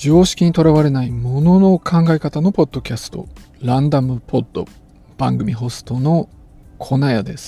常識にとらわれないものの考え方のポッドキャスト、ランダムポッド、番組ホストの粉屋です。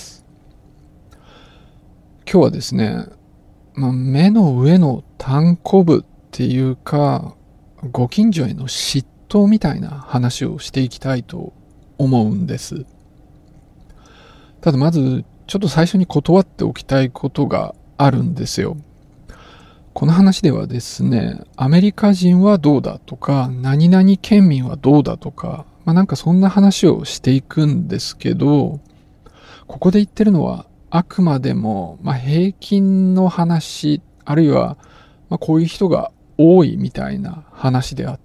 今日はですね、目の上の単行部っていうか、ご近所への嫉妬みたいな話をしていきたいと思うんです。ただまず、ちょっと最初に断っておきたいことがあるんですよ。この話ではですね、アメリカ人はどうだとか、何々県民はどうだとか、なんかそんな話をしていくんですけど、ここで言ってるのはあくまでも、平均の話、あるいは、こういう人が多いみたいな話であって、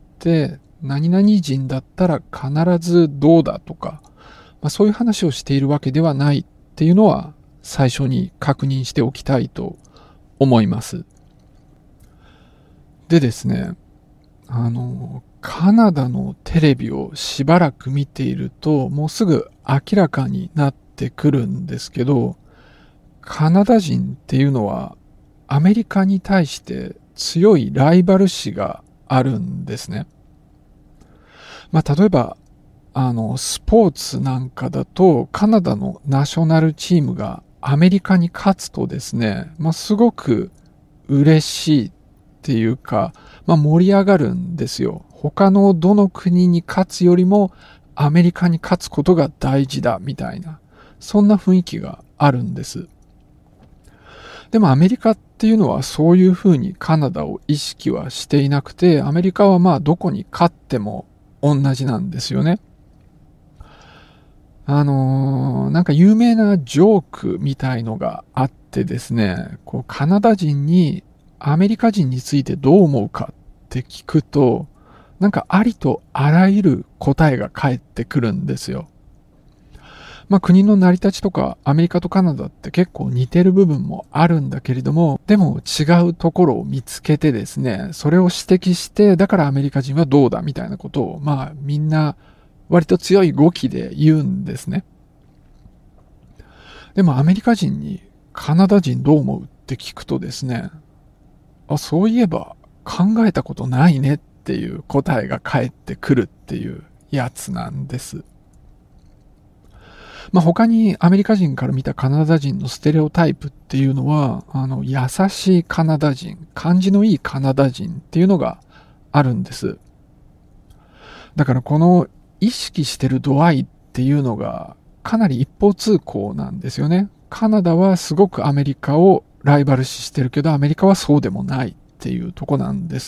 何々人だったら必ずどうだとか、そういう話をしているわけではないっていうのは最初に確認しておきたいと思います。でですね、カナダのテレビをしばらく見ていると、もうすぐ明らかになってくるんですけど、カナダ人っていうのはアメリカに対して強いライバル視があるんですね。例えば、スポーツなんかだと、カナダのナショナルチームがアメリカに勝つとですね、すごく嬉しいっていうか、盛り上がるんですよ。他のどの国に勝つよりもアメリカに勝つことが大事だみたいな、そんな雰囲気があるんです。でもアメリカっていうのはそういうふうにカナダを意識はしていなくて、アメリカはどこに勝っても同じなんですよね。なんか有名なジョークみたいのがあってですね、カナダ人にアメリカ人についてどう思うかって聞くと、なんかありとあらゆる答えが返ってくるんですよ。国の成り立ちとかアメリカとカナダって結構似てる部分もあるんだけれども、でも違うところを見つけてですね、それを指摘して、だからアメリカ人はどうだみたいなことを、みんな割と強い語気で言うんですね。でもアメリカ人にカナダ人どう思うって聞くとですね、そういえば考えたことないねっていう答えが返ってくるっていうやつなんです。他にアメリカ人から見たカナダ人のステレオタイプっていうのは、優しいカナダ人、感じのいいカナダ人っていうのがあるんです。だからこの意識してる度合いっていうのがかなり一方通行なんですよね。カナダはすごくアメリカをライバル視してるけど、アメリカはそうでもないっていうとこなんです。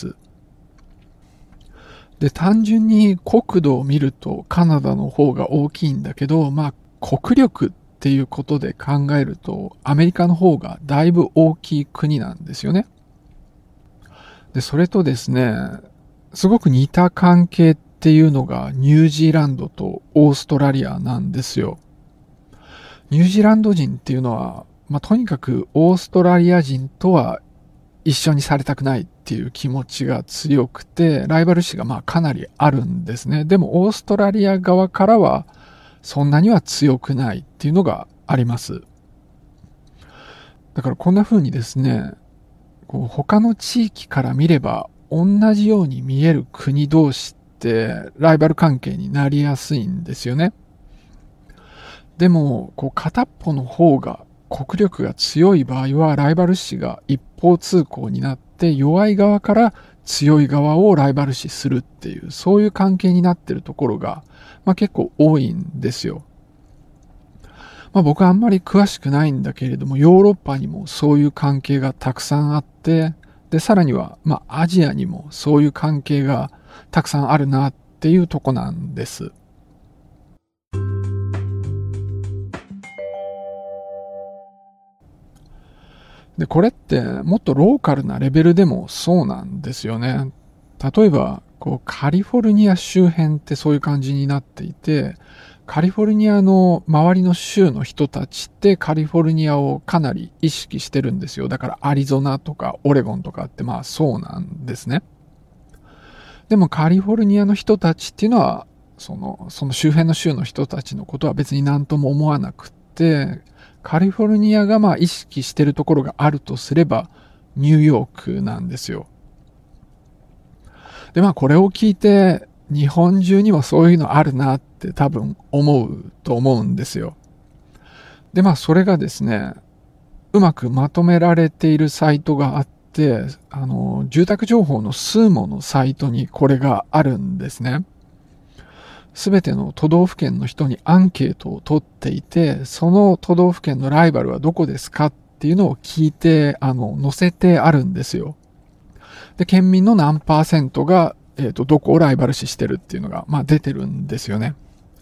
で、単純に国土を見るとカナダの方が大きいんだけど、国力っていうことで考えると、アメリカの方がだいぶ大きい国なんですよね。で、それとですね、すごく似た関係っていうのがニュージーランドとオーストラリアなんですよ。ニュージーランド人っていうのは、とにかくオーストラリア人とは一緒にされたくないっていう気持ちが強くて、ライバル視がかなりあるんですね。でもオーストラリア側からはそんなには強くないっていうのがあります。だからこんな風にですね、他の地域から見れば同じように見える国同士ってライバル関係になりやすいんですよね。でも、片っぽの方が国力が強い場合はライバル視が一方通行になって弱い側から強い側をライバル視するっていう、そういう関係になってるところが、結構多いんですよ。僕はあんまり詳しくないんだけれども、ヨーロッパにもそういう関係がたくさんあって、で、さらには、アジアにもそういう関係がたくさんあるなっていうとこなんです。で、これってもっとローカルなレベルでもそうなんですよね。例えば、カリフォルニア周辺ってそういう感じになっていて、カリフォルニアの周りの州の人たちってカリフォルニアをかなり意識してるんですよ。だからアリゾナとかオレゴンとかってそうなんですね。でもカリフォルニアの人たちっていうのは、その周辺の州の人たちのことは別に何とも思わなくって、カリフォルニアが意識してるところがあるとすれば、ニューヨークなんですよ。 で、これを聞いて、日本中にもそういうのあるなって多分思うと思うんですよ。で、それがですね、うまくまとめられているサイトがあって、住宅情報のスーモのサイトにこれがあるんですね。すべての都道府県の人にアンケートを取っていて、その都道府県のライバルはどこですかっていうのを聞いて、載せてあるんですよ。で、県民の何%が、どこをライバル視してるっていうのが、出てるんですよね。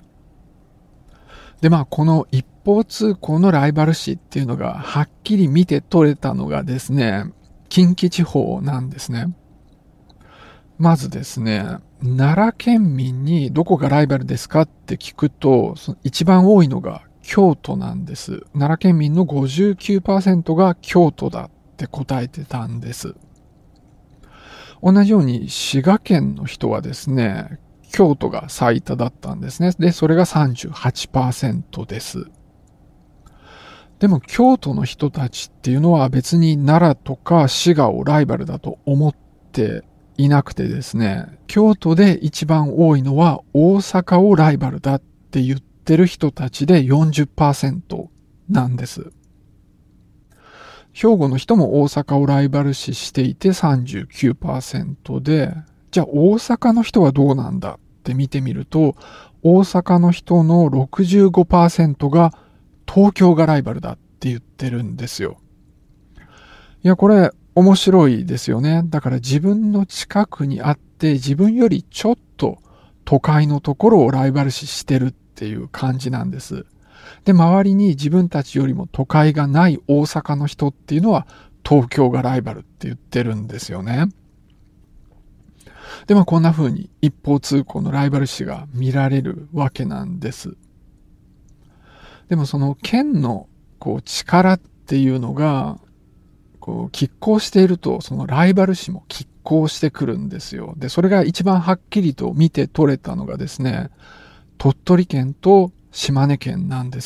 で、この一方通行のライバル視っていうのがはっきり見て取れたのがですね、近畿地方なんですね。まずですね、奈良県民にどこがライバルですかって聞くと、一番多いのが京都なんです。奈良県民の 59% が京都だって答えてたんです。同じように滋賀県の人はですね、京都が最多だったんですね。で、それが 38% です。でも京都の人たちっていうのは別に奈良とか滋賀をライバルだと思っていなくてですね、京都で一番多いのは大阪をライバルだって言ってる人たちで 40% なんです。兵庫の人も大阪をライバル視していて 39% で、じゃあ大阪の人はどうなんだって見てみると、大阪の人の 65% が東京がライバルだって言ってるんですよ。いや、これ面白いですよね。だから自分の近くにあって自分よりちょっと都会のところをライバル視してるっていう感じなんです。で、周りに自分たちよりも都会がない大阪の人っていうのは東京がライバルって言ってるんですよね。で、こんな風に一方通行のライバル視が見られるわけなんです。でもその県の力っていうのが拮抗していると、そのライバル視も拮抗してくるんですよ。で、それが一番はっきりと見て取れたのがですね、鳥取県と島根県なんです。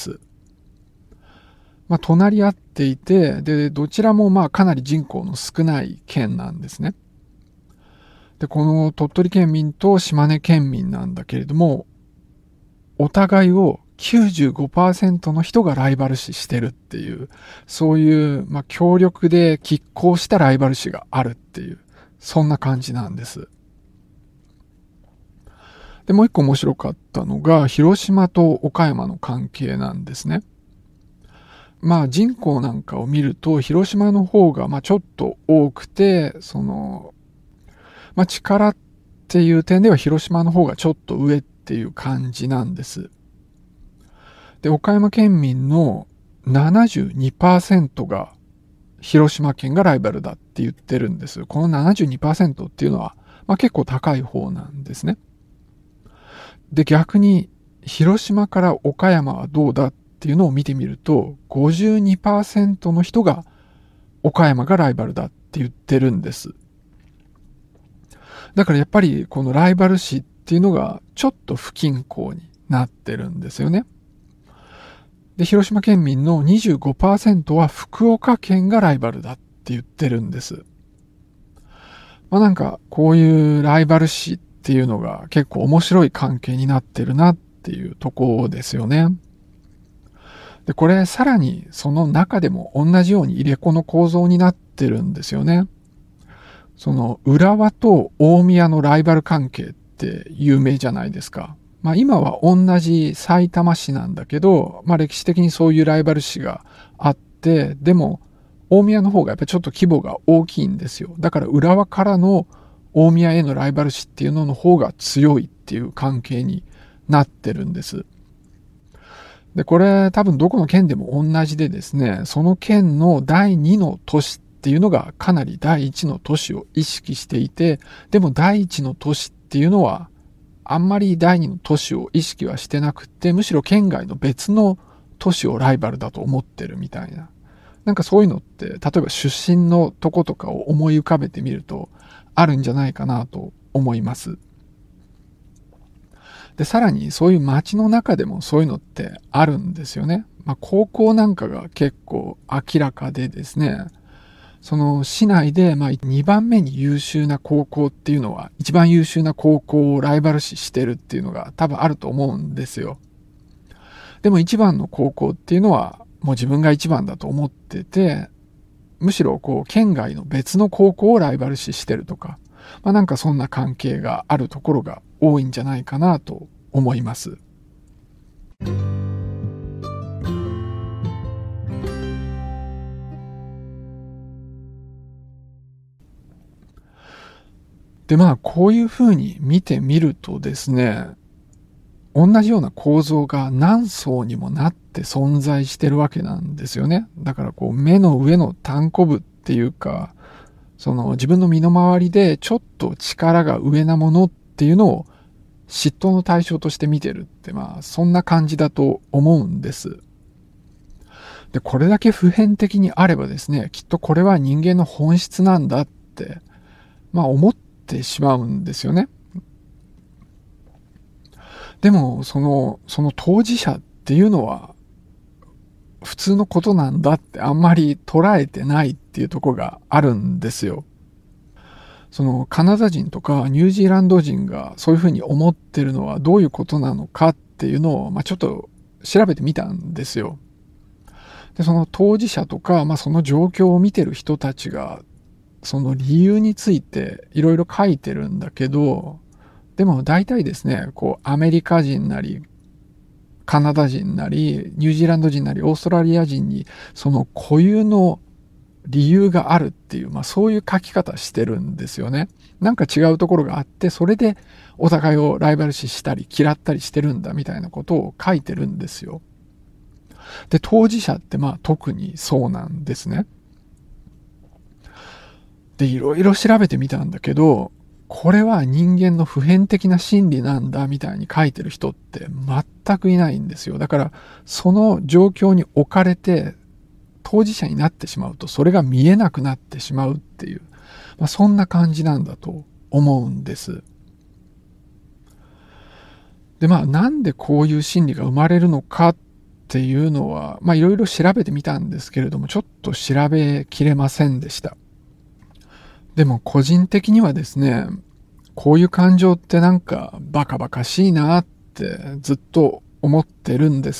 隣り合っていて、で、どちらもかなり人口の少ない県なんですね。で、この鳥取県民と島根県民なんだけれども、お互いを 95% の人がライバル視してるっていう、そういう、協力で拮抗したライバル視があるっていう、そんな感じなんです。で、もう一個面白かったのが、広島と岡山の関係なんですね。人口なんかを見ると、広島の方がちょっと多くて、力っていう点では広島の方がちょっと上っていう感じなんです。で、岡山県民の 72% が広島県がライバルだって言ってるんです。この 72% っていうのは、結構高い方なんですね。で、逆に広島から岡山はどうだっていうのを見てみると、52% の人が岡山がライバルだって言ってるんです。だからやっぱりこのライバル視っていうのがちょっと不均衡になってるんですよね。で、広島県民の 25% は福岡県がライバルだって言ってるんです。なんかこういうライバル視っていうのが結構面白い関係になってるなっていうところですよね。で、これさらにその中でも同じように入れ子の構造になってるんですよね。その浦和と大宮のライバル関係って有名じゃないですか。今は同じ埼玉市なんだけど、歴史的にそういうライバル市があって、でも大宮の方がやっぱりちょっと規模が大きいんですよ。だから浦和からの大宮へのライバル視っていうのの方が強いっていう関係になってるんです。で、これ多分どこの県でも同じでですね、その県の第2の都市っていうのがかなり第1の都市を意識していて、でも第1の都市っていうのはあんまり第2の都市を意識はしてなくて、むしろ県外の別の都市をライバルだと思ってるみたいな。なんかそういうのって、例えば出身のとことかを思い浮かべてみると、あるんじゃないかなと思います。で、さらにそういう街の中でもそういうのってあるんですよね。高校なんかが結構明らかでですね、 その市内で、2番目に優秀な高校っていうのは、一番優秀な高校をライバル視してるっていうのが多分あると思うんですよ。でも一番の高校っていうのは、もう自分が一番だと思ってて、むしろ県外の別の高校をライバル視してるとか、なんかそんな関係があるところが多いんじゃないかなと思います。で、こういうふうに見てみるとですね、同じような構造が何層にもなって存在してるわけなんですよね。だから目の上の単行部っていうか、その自分の身の回りでちょっと力が上なものっていうのを嫉妬の対象として見てるって、そんな感じだと思うんです。で、これだけ普遍的にあればですね、きっとこれは人間の本質なんだって、思ってしまうんですよね。でも、その当事者っていうのは、普通のことなんだってあんまり捉えてないっていうところがあるんですよ。そのカナダ人とかニュージーランド人がそういうふうに思ってるのはどういうことなのかっていうのを、ちょっと調べてみたんですよ。で、その当事者とか、その状況を見てる人たちが、その理由についていろいろ書いてるんだけど、でも大体ですね、アメリカ人なり、カナダ人なり、ニュージーランド人なり、オーストラリア人に、その固有の理由があるっていう、そういう書き方してるんですよね。なんか違うところがあって、それでお互いをライバル視したり嫌ったりしてるんだみたいなことを書いてるんですよ。で、当事者って特にそうなんですね。で、いろいろ調べてみたんだけど、これは人間の普遍的な心理なんだみたいに書いてる人って全くいないんですよ。だから、その状況に置かれて、当事者になってしまうと、それが見えなくなってしまうっていう、そんな感じなんだと思うんです。で、なんでこういう心理が生まれるのかっていうのは、いろいろ調べてみたんですけれども、ちょっと調べきれませんでした。でも個人的にはですね、こういう感情ってなんかバカバカしいなってずっと思ってるんです。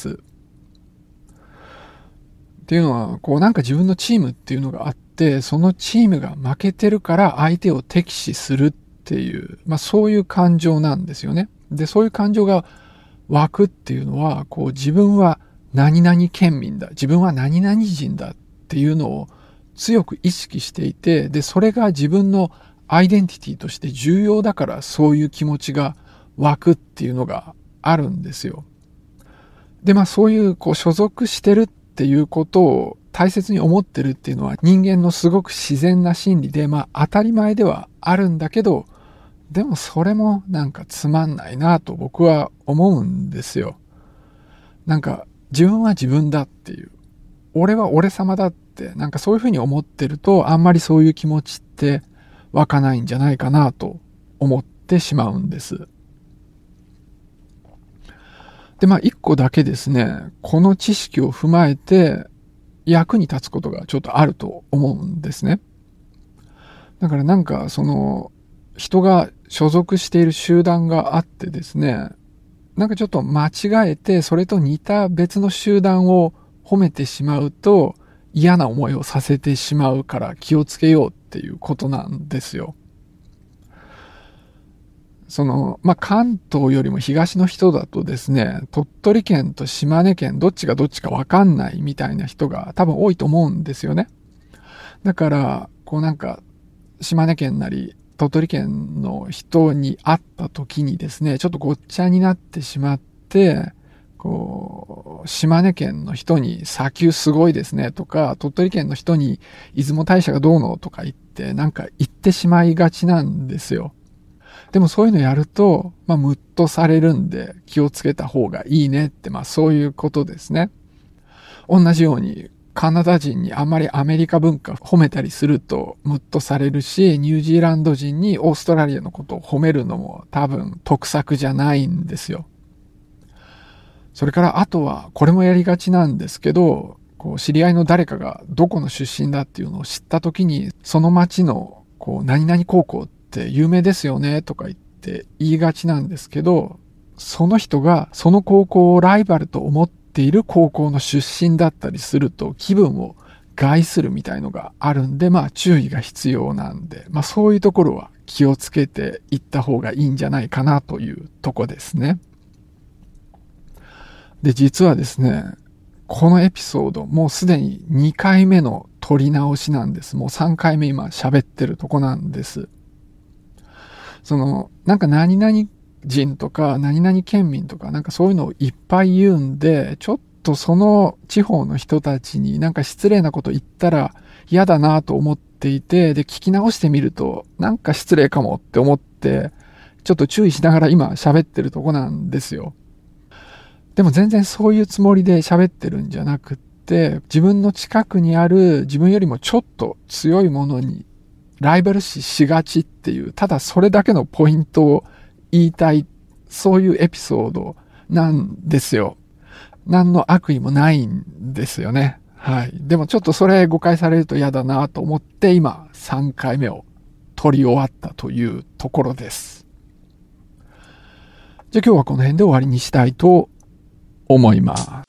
っていうのは、なんか自分のチームっていうのがあって、そのチームが負けてるから相手を敵視するっていう、そういう感情なんですよね。で、そういう感情が湧くっていうのは、自分は何々県民だ、自分は何々人だっていうのを強く意識していて、で、それが自分のアイデンティティとして重要だからそういう気持ちが湧くっていうのがあるんですよ。で、そういう所属してるっていうことを大切に思ってるっていうのは人間のすごく自然な心理で、当たり前ではあるんだけど、でもそれもなんかつまんないなと僕は思うんですよ。なんか自分は自分だっていう。俺は俺様だって、なんかそういうふうに思ってると、あんまりそういう気持ちって湧かないんじゃないかなと思ってしまうんです。で、一個だけですね、この知識を踏まえて役に立つことがちょっとあると思うんですね。だからなんか人が所属している集団があってですね、なんかちょっと間違えてそれと似た別の集団を褒めてしまうと嫌な思いをさせてしまうから気をつけようっていうことなんですよ。関東よりも東の人だとですね、鳥取県と島根県どっちがどっちかわかんないみたいな人が多分多いと思うんですよね。だから、なんか、島根県なり鳥取県の人に会った時にですね、ちょっとごっちゃになってしまって、島根県の人に砂丘すごいですねとか、鳥取県の人に出雲大社がどうのとか言って、なんか言ってしまいがちなんですよ。でもそういうのやると、ムッとされるんで気をつけた方がいいねって、そういうことですね。同じように、カナダ人にあまりアメリカ文化褒めたりするとムッとされるし、ニュージーランド人にオーストラリアのことを褒めるのも多分得策じゃないんですよ。それからあとは、これもやりがちなんですけど、 知り合いの誰かがどこの出身だっていうのを知った時に、その町の何々高校って有名ですよねとか言って言いがちなんですけど、その人がその高校をライバルと思っている高校の出身だったりすると気分を害するみたいのがあるんで、注意が必要なんで、そういうところは気をつけていった方がいいんじゃないかなというとこですね。で、実はですね、このエピソードもうすでに2回目の撮り直しなんです。もう3回目今喋ってるとこなんです。なんか何々人とか何々県民とかなんかそういうのをいっぱい言うんで、ちょっとその地方の人たちになんか失礼なこと言ったら嫌だなと思っていて、で、聞き直してみるとなんか失礼かもって思って、ちょっと注意しながら今喋ってるとこなんですよ。でも全然そういうつもりで喋ってるんじゃなくって、自分の近くにある自分よりもちょっと強いものにライバル視しがちっていう、ただそれだけのポイントを言いたい、そういうエピソードなんですよ。何の悪意もないんですよね。はい。でもちょっとそれ誤解されると嫌だなと思って今3回目を撮り終わったというところです。じゃあ今日はこの辺で終わりにしたいと思います。